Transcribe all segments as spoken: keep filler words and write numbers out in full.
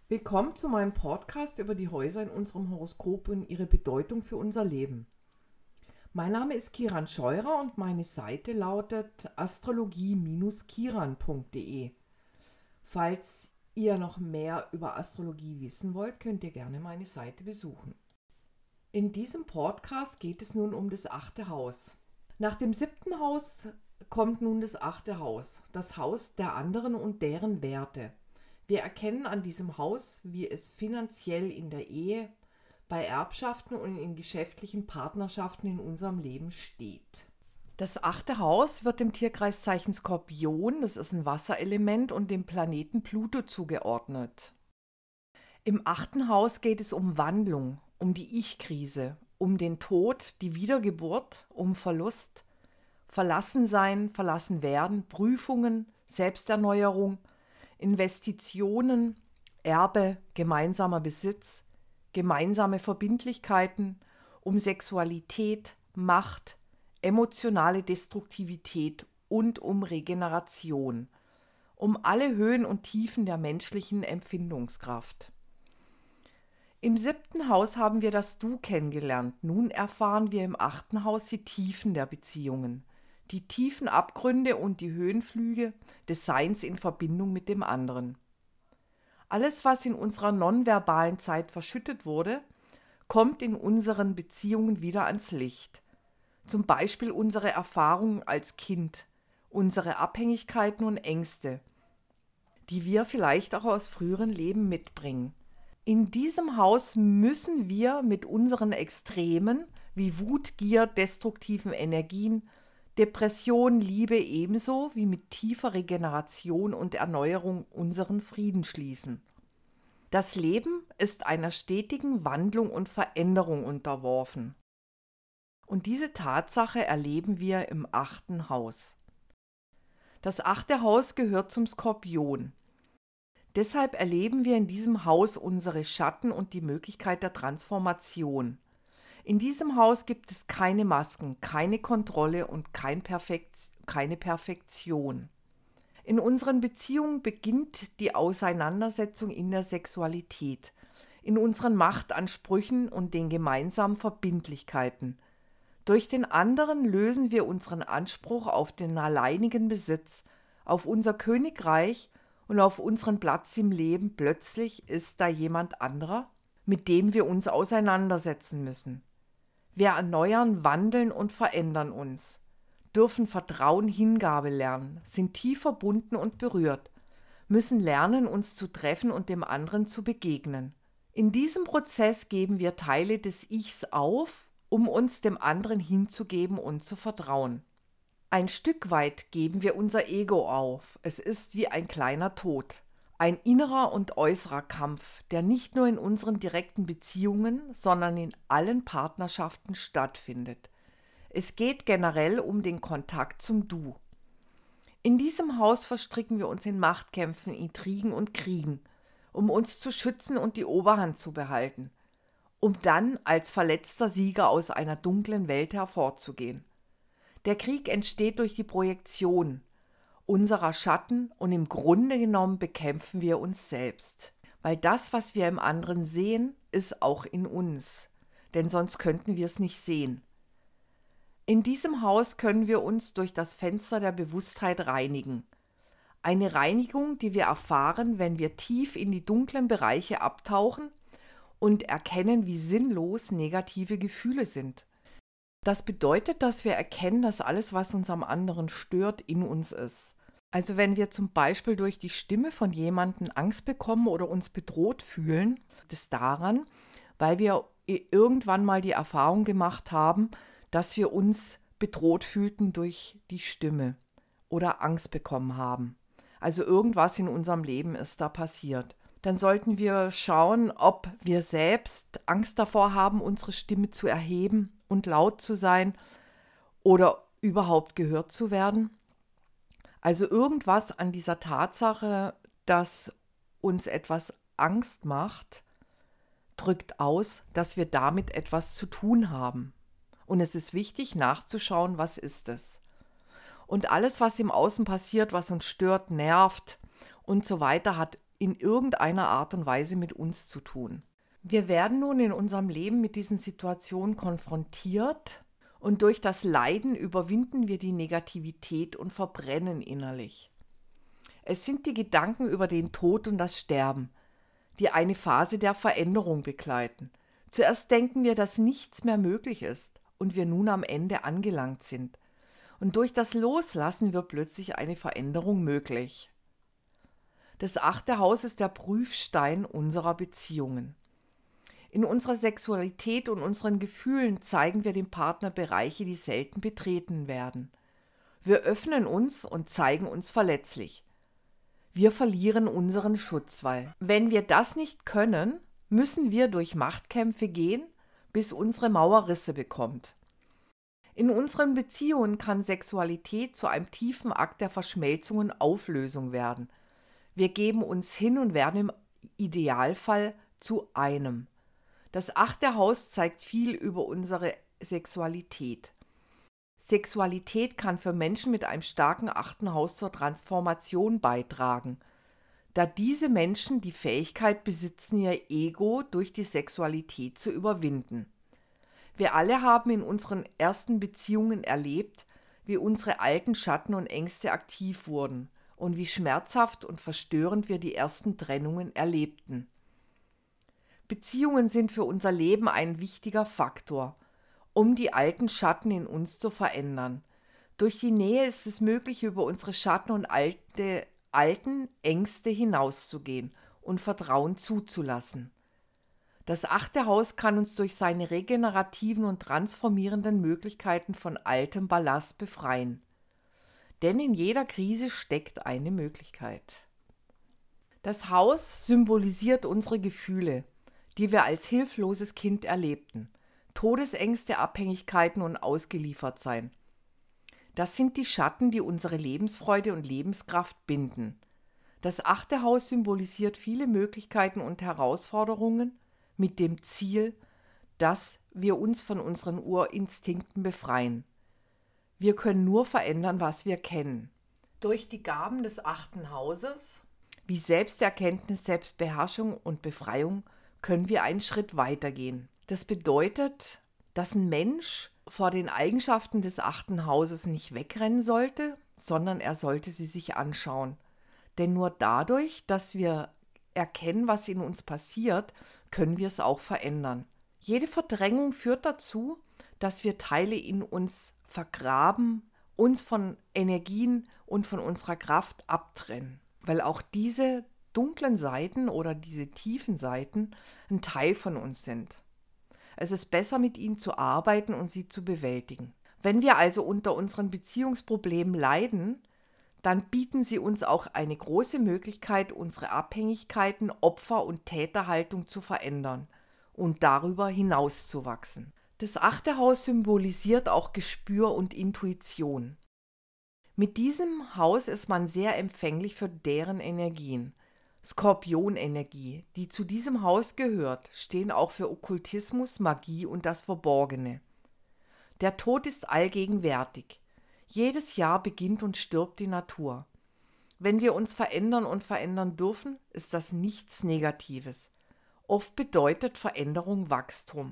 Willkommen zu meinem Podcast über die Häuser in unserem Horoskop und ihre Bedeutung für unser Leben. Mein Name ist Kiran Scheurer und meine Seite lautet astrologie Bindestrich kiran Punkt de. Falls ihr noch mehr über Astrologie wissen wollt, könnt ihr gerne meine Seite besuchen. In diesem Podcast geht es nun um das achte Haus. Nach dem siebten Haus kommt nun das achte Haus, das Haus der anderen und deren Werte. Wir erkennen an diesem Haus, wie es finanziell in der Ehe, bei Erbschaften und in geschäftlichen Partnerschaften in unserem Leben steht. Das achte Haus wird dem Tierkreiszeichen Skorpion, das ist ein Wasserelement, und dem Planeten Pluto zugeordnet. Im achten Haus geht es um Wandlung, um die Ich-Krise, um den Tod, die Wiedergeburt, um Verlust, Verlassensein, Verlassenwerden, Prüfungen, Selbsterneuerung, Investitionen, Erbe, gemeinsamer Besitz, gemeinsame Verbindlichkeiten, um Sexualität, Macht, emotionale Destruktivität und um Regeneration, um alle Höhen und Tiefen der menschlichen Empfindungskraft. Im siebten Haus haben wir das Du kennengelernt. Nun erfahren wir im achten Haus die Tiefen der Beziehungen, die tiefen Abgründe und die Höhenflüge des Seins in Verbindung mit dem anderen. Alles, was in unserer nonverbalen Zeit verschüttet wurde, kommt in unseren Beziehungen wieder ans Licht. Zum Beispiel unsere Erfahrungen als Kind, unsere Abhängigkeiten und Ängste, die wir vielleicht auch aus früheren Leben mitbringen. In diesem Haus müssen wir mit unseren Extremen wie Wut, Gier, destruktiven Energien, Depression, Liebe ebenso wie mit tiefer Regeneration und Erneuerung unseren Frieden schließen. Das Leben ist einer stetigen Wandlung und Veränderung unterworfen. Und diese Tatsache erleben wir im achten Haus. Das achte Haus gehört zum Skorpion. Deshalb erleben wir in diesem Haus unsere Schatten und die Möglichkeit der Transformation. In diesem Haus gibt es keine Masken, keine Kontrolle und kein Perfekt, keine Perfektion. In unseren Beziehungen beginnt die Auseinandersetzung in der Sexualität, in unseren Machtansprüchen und den gemeinsamen Verbindlichkeiten. Durch den anderen lösen wir unseren Anspruch auf den alleinigen Besitz, auf unser Königreich und auf unseren Platz im Leben. Plötzlich ist da jemand anderer, mit dem wir uns auseinandersetzen müssen. Wir erneuern, wandeln und verändern uns, dürfen Vertrauen, Hingabe lernen, sind tief verbunden und berührt, müssen lernen, uns zu treffen und dem anderen zu begegnen. In diesem Prozess geben wir Teile des Ichs auf, um uns dem anderen hinzugeben und zu vertrauen. Ein Stück weit geben wir unser Ego auf. Es ist wie ein kleiner Tod. Ein innerer und äußerer Kampf, der nicht nur in unseren direkten Beziehungen, sondern in allen Partnerschaften stattfindet. Es geht generell um den Kontakt zum Du. In diesem Haus verstricken wir uns in Machtkämpfen, Intrigen und Kriegen, um uns zu schützen und die Oberhand zu behalten, um dann als verletzter Sieger aus einer dunklen Welt hervorzugehen. Der Krieg entsteht durch die Projektion unserer Schatten und im Grunde genommen bekämpfen wir uns selbst. Weil das, was wir im anderen sehen, ist auch in uns, denn sonst könnten wir es nicht sehen. In diesem Haus können wir uns durch das Fenster der Bewusstheit reinigen. Eine Reinigung, die wir erfahren, wenn wir tief in die dunklen Bereiche abtauchen und erkennen, wie sinnlos negative Gefühle sind. Das bedeutet, dass wir erkennen, dass alles, was uns am anderen stört, in uns ist. Also wenn wir zum Beispiel durch die Stimme von jemandem Angst bekommen oder uns bedroht fühlen, liegt es daran, weil wir irgendwann mal die Erfahrung gemacht haben, dass wir uns bedroht fühlten durch die Stimme oder Angst bekommen haben. Also irgendwas in unserem Leben ist da passiert. Dann sollten wir schauen, ob wir selbst Angst davor haben, unsere Stimme zu erheben und laut zu sein oder überhaupt gehört zu werden. Also irgendwas an dieser Tatsache, dass uns etwas Angst macht, drückt aus, dass wir damit etwas zu tun haben. Und es ist wichtig nachzuschauen, was ist es. Und alles, was im Außen passiert, was uns stört, nervt und so weiter, hat in irgendeiner Art und Weise mit uns zu tun. Wir werden nun in unserem Leben mit diesen Situationen konfrontiert und durch das Leiden überwinden wir die Negativität und verbrennen innerlich. Es sind die Gedanken über den Tod und das Sterben, die eine Phase der Veränderung begleiten. Zuerst denken wir, dass nichts mehr möglich ist und wir nun am Ende angelangt sind. Und durch das Loslassen wird plötzlich eine Veränderung möglich. Das achte Haus ist der Prüfstein unserer Beziehungen. In unserer Sexualität und unseren Gefühlen zeigen wir dem Partner Bereiche, die selten betreten werden. Wir öffnen uns und zeigen uns verletzlich. Wir verlieren unseren Schutzwall. Wenn wir das nicht können, müssen wir durch Machtkämpfe gehen, bis unsere Mauer Risse bekommt. In unseren Beziehungen kann Sexualität zu einem tiefen Akt der Verschmelzung und Auflösung werden. Wir geben uns hin und werden im Idealfall zu einem. Das achte Haus zeigt viel über unsere Sexualität. Sexualität kann für Menschen mit einem starken achten Haus zur Transformation beitragen, da diese Menschen die Fähigkeit besitzen, ihr Ego durch die Sexualität zu überwinden. Wir alle haben in unseren ersten Beziehungen erlebt, wie unsere alten Schatten und Ängste aktiv wurden und wie schmerzhaft und verstörend wir die ersten Trennungen erlebten. Beziehungen sind für unser Leben ein wichtiger Faktor, um die alten Schatten in uns zu verändern. Durch die Nähe ist es möglich, über unsere Schatten und alte, alten Ängste hinauszugehen und Vertrauen zuzulassen. Das achte Haus kann uns durch seine regenerativen und transformierenden Möglichkeiten von altem Ballast befreien. Denn in jeder Krise steckt eine Möglichkeit. Das Haus symbolisiert unsere Gefühle, die wir als hilfloses Kind erlebten. Todesängste, Abhängigkeiten und Ausgeliefertsein. Das sind die Schatten, die unsere Lebensfreude und Lebenskraft binden. Das achte Haus symbolisiert viele Möglichkeiten und Herausforderungen mit dem Ziel, dass wir uns von unseren Urinstinkten befreien. Wir können nur verändern, was wir kennen. Durch die Gaben des achten Hauses, wie Selbsterkenntnis, Selbstbeherrschung und Befreiung, können wir einen Schritt weitergehen. Das bedeutet, dass ein Mensch vor den Eigenschaften des achten Hauses nicht wegrennen sollte, sondern er sollte sie sich anschauen. Denn nur dadurch, dass wir erkennen, was in uns passiert, können wir es auch verändern. Jede Verdrängung führt dazu, dass wir Teile in uns vergraben, uns von Energien und von unserer Kraft abtrennen. Weil auch diese dunklen Seiten oder diese tiefen Seiten ein Teil von uns sind. Es ist besser, mit ihnen zu arbeiten und sie zu bewältigen. Wenn wir also unter unseren Beziehungsproblemen leiden, dann bieten sie uns auch eine große Möglichkeit, unsere Abhängigkeiten, Opfer- und Täterhaltung zu verändern und darüber hinauszuwachsen. Das achte Haus symbolisiert auch Gespür und Intuition. Mit diesem Haus ist man sehr empfänglich für deren Energien. Skorpionenergie, die zu diesem Haus gehört, stehen auch für Okkultismus, Magie und das Verborgene. Der Tod ist allgegenwärtig. Jedes Jahr beginnt und stirbt die Natur. Wenn wir uns verändern und verändern dürfen, ist das nichts Negatives. Oft bedeutet Veränderung Wachstum.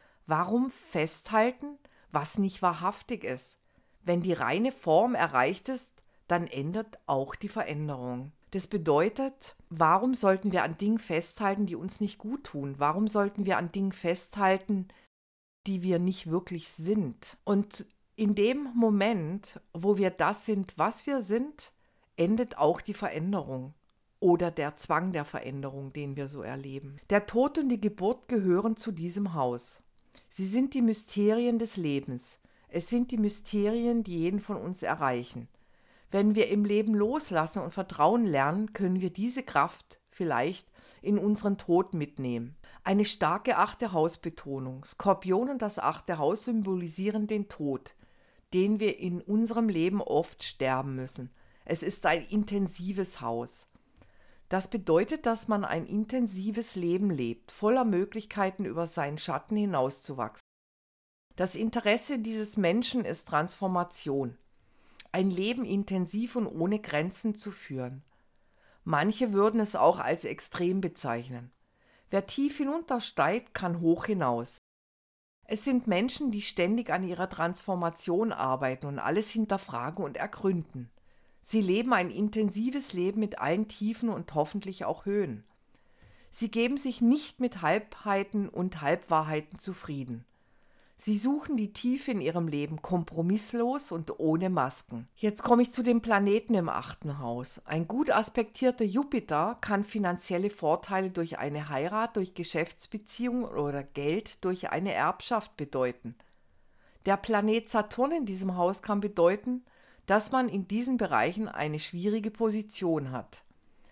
Warum festhalten, was nicht wahrhaftig ist? Wenn die reine Form erreicht ist, dann endet auch die Veränderung. Das bedeutet, warum sollten wir an Dingen festhalten, die uns nicht gut tun? Warum sollten wir an Dingen festhalten, die wir nicht wirklich sind? Und in dem Moment, wo wir das sind, was wir sind, endet auch die Veränderung oder der Zwang der Veränderung, den wir so erleben. Der Tod und die Geburt gehören zu diesem Haus. Sie sind die Mysterien des Lebens. Es sind die Mysterien, die jeden von uns erreichen. Wenn wir im Leben loslassen und Vertrauen lernen, können wir diese Kraft vielleicht in unseren Tod mitnehmen. Eine starke achte Hausbetonung. Skorpion und das achte Haus symbolisieren den Tod, den wir in unserem Leben oft sterben müssen. Es ist ein intensives Haus. Das bedeutet, dass man ein intensives Leben lebt, voller Möglichkeiten, über seinen Schatten hinauszuwachsen. Das Interesse dieses Menschen ist Transformation. Ein Leben intensiv und ohne Grenzen zu führen. Manche würden es auch als extrem bezeichnen. Wer tief hinuntersteigt, kann hoch hinaus. Es sind Menschen, die ständig an ihrer Transformation arbeiten und alles hinterfragen und ergründen. Sie leben ein intensives Leben mit allen Tiefen und hoffentlich auch Höhen. Sie geben sich nicht mit Halbheiten und Halbwahrheiten zufrieden. Sie suchen die Tiefe in ihrem Leben kompromisslos und ohne Masken. Jetzt komme ich zu den Planeten im achten Haus. Ein gut aspektierter Jupiter kann finanzielle Vorteile durch eine Heirat, durch Geschäftsbeziehungen oder Geld durch eine Erbschaft bedeuten. Der Planet Saturn in diesem Haus kann bedeuten, dass man in diesen Bereichen eine schwierige Position hat.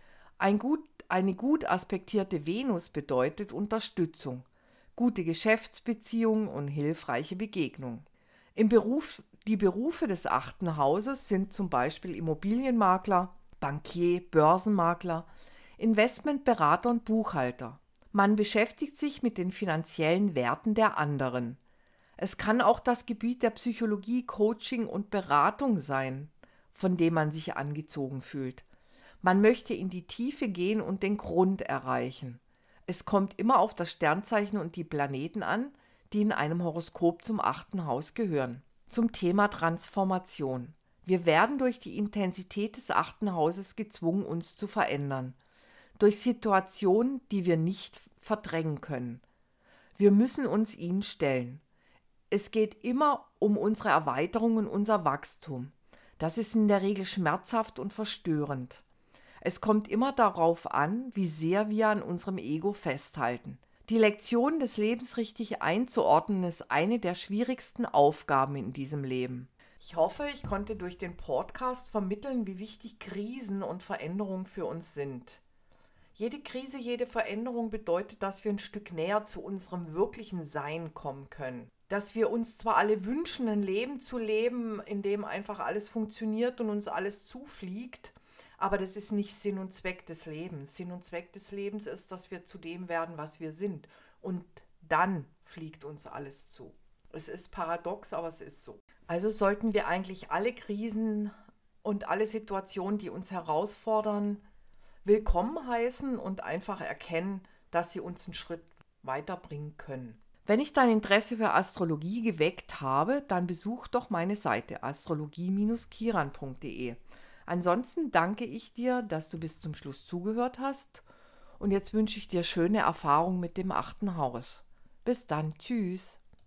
Ein gut, eine gut aspektierte Venus bedeutet Unterstützung, gute Geschäftsbeziehungen und hilfreiche Begegnungen. Im Beruf, die Berufe des achten Hauses sind zum Beispiel Immobilienmakler, Bankier, Börsenmakler, Investmentberater und Buchhalter. Man beschäftigt sich mit den finanziellen Werten der anderen. Es kann auch das Gebiet der Psychologie, Coaching und Beratung sein, von dem man sich angezogen fühlt. Man möchte in die Tiefe gehen und den Grund erreichen. Es kommt immer auf das Sternzeichen und die Planeten an, die in einem Horoskop zum achten Haus gehören. Zum Thema Transformation. Wir werden durch die Intensität des achten Hauses gezwungen, uns zu verändern. Durch Situationen, die wir nicht verdrängen können. Wir müssen uns ihnen stellen. Es geht immer um unsere Erweiterung und unser Wachstum. Das ist in der Regel schmerzhaft und verstörend. Es kommt immer darauf an, wie sehr wir an unserem Ego festhalten. Die Lektion des Lebens richtig einzuordnen, ist eine der schwierigsten Aufgaben in diesem Leben. Ich hoffe, ich konnte durch den Podcast vermitteln, wie wichtig Krisen und Veränderungen für uns sind. Jede Krise, jede Veränderung bedeutet, dass wir ein Stück näher zu unserem wirklichen Sein kommen können. Dass wir uns zwar alle wünschen, ein Leben zu leben, in dem einfach alles funktioniert und uns alles zufliegt, aber das ist nicht Sinn und Zweck des Lebens. Sinn und Zweck des Lebens ist, dass wir zu dem werden, was wir sind. Und dann fliegt uns alles zu. Es ist paradox, aber es ist so. Also sollten wir eigentlich alle Krisen und alle Situationen, die uns herausfordern, willkommen heißen und einfach erkennen, dass sie uns einen Schritt weiterbringen können. Wenn ich dein Interesse für Astrologie geweckt habe, dann besuch doch meine Seite astrologie Bindestrich kiran Punkt de. Ansonsten danke ich dir, dass du bis zum Schluss zugehört hast und jetzt wünsche ich dir schöne Erfahrungen mit dem achten Haus. Bis dann, tschüss.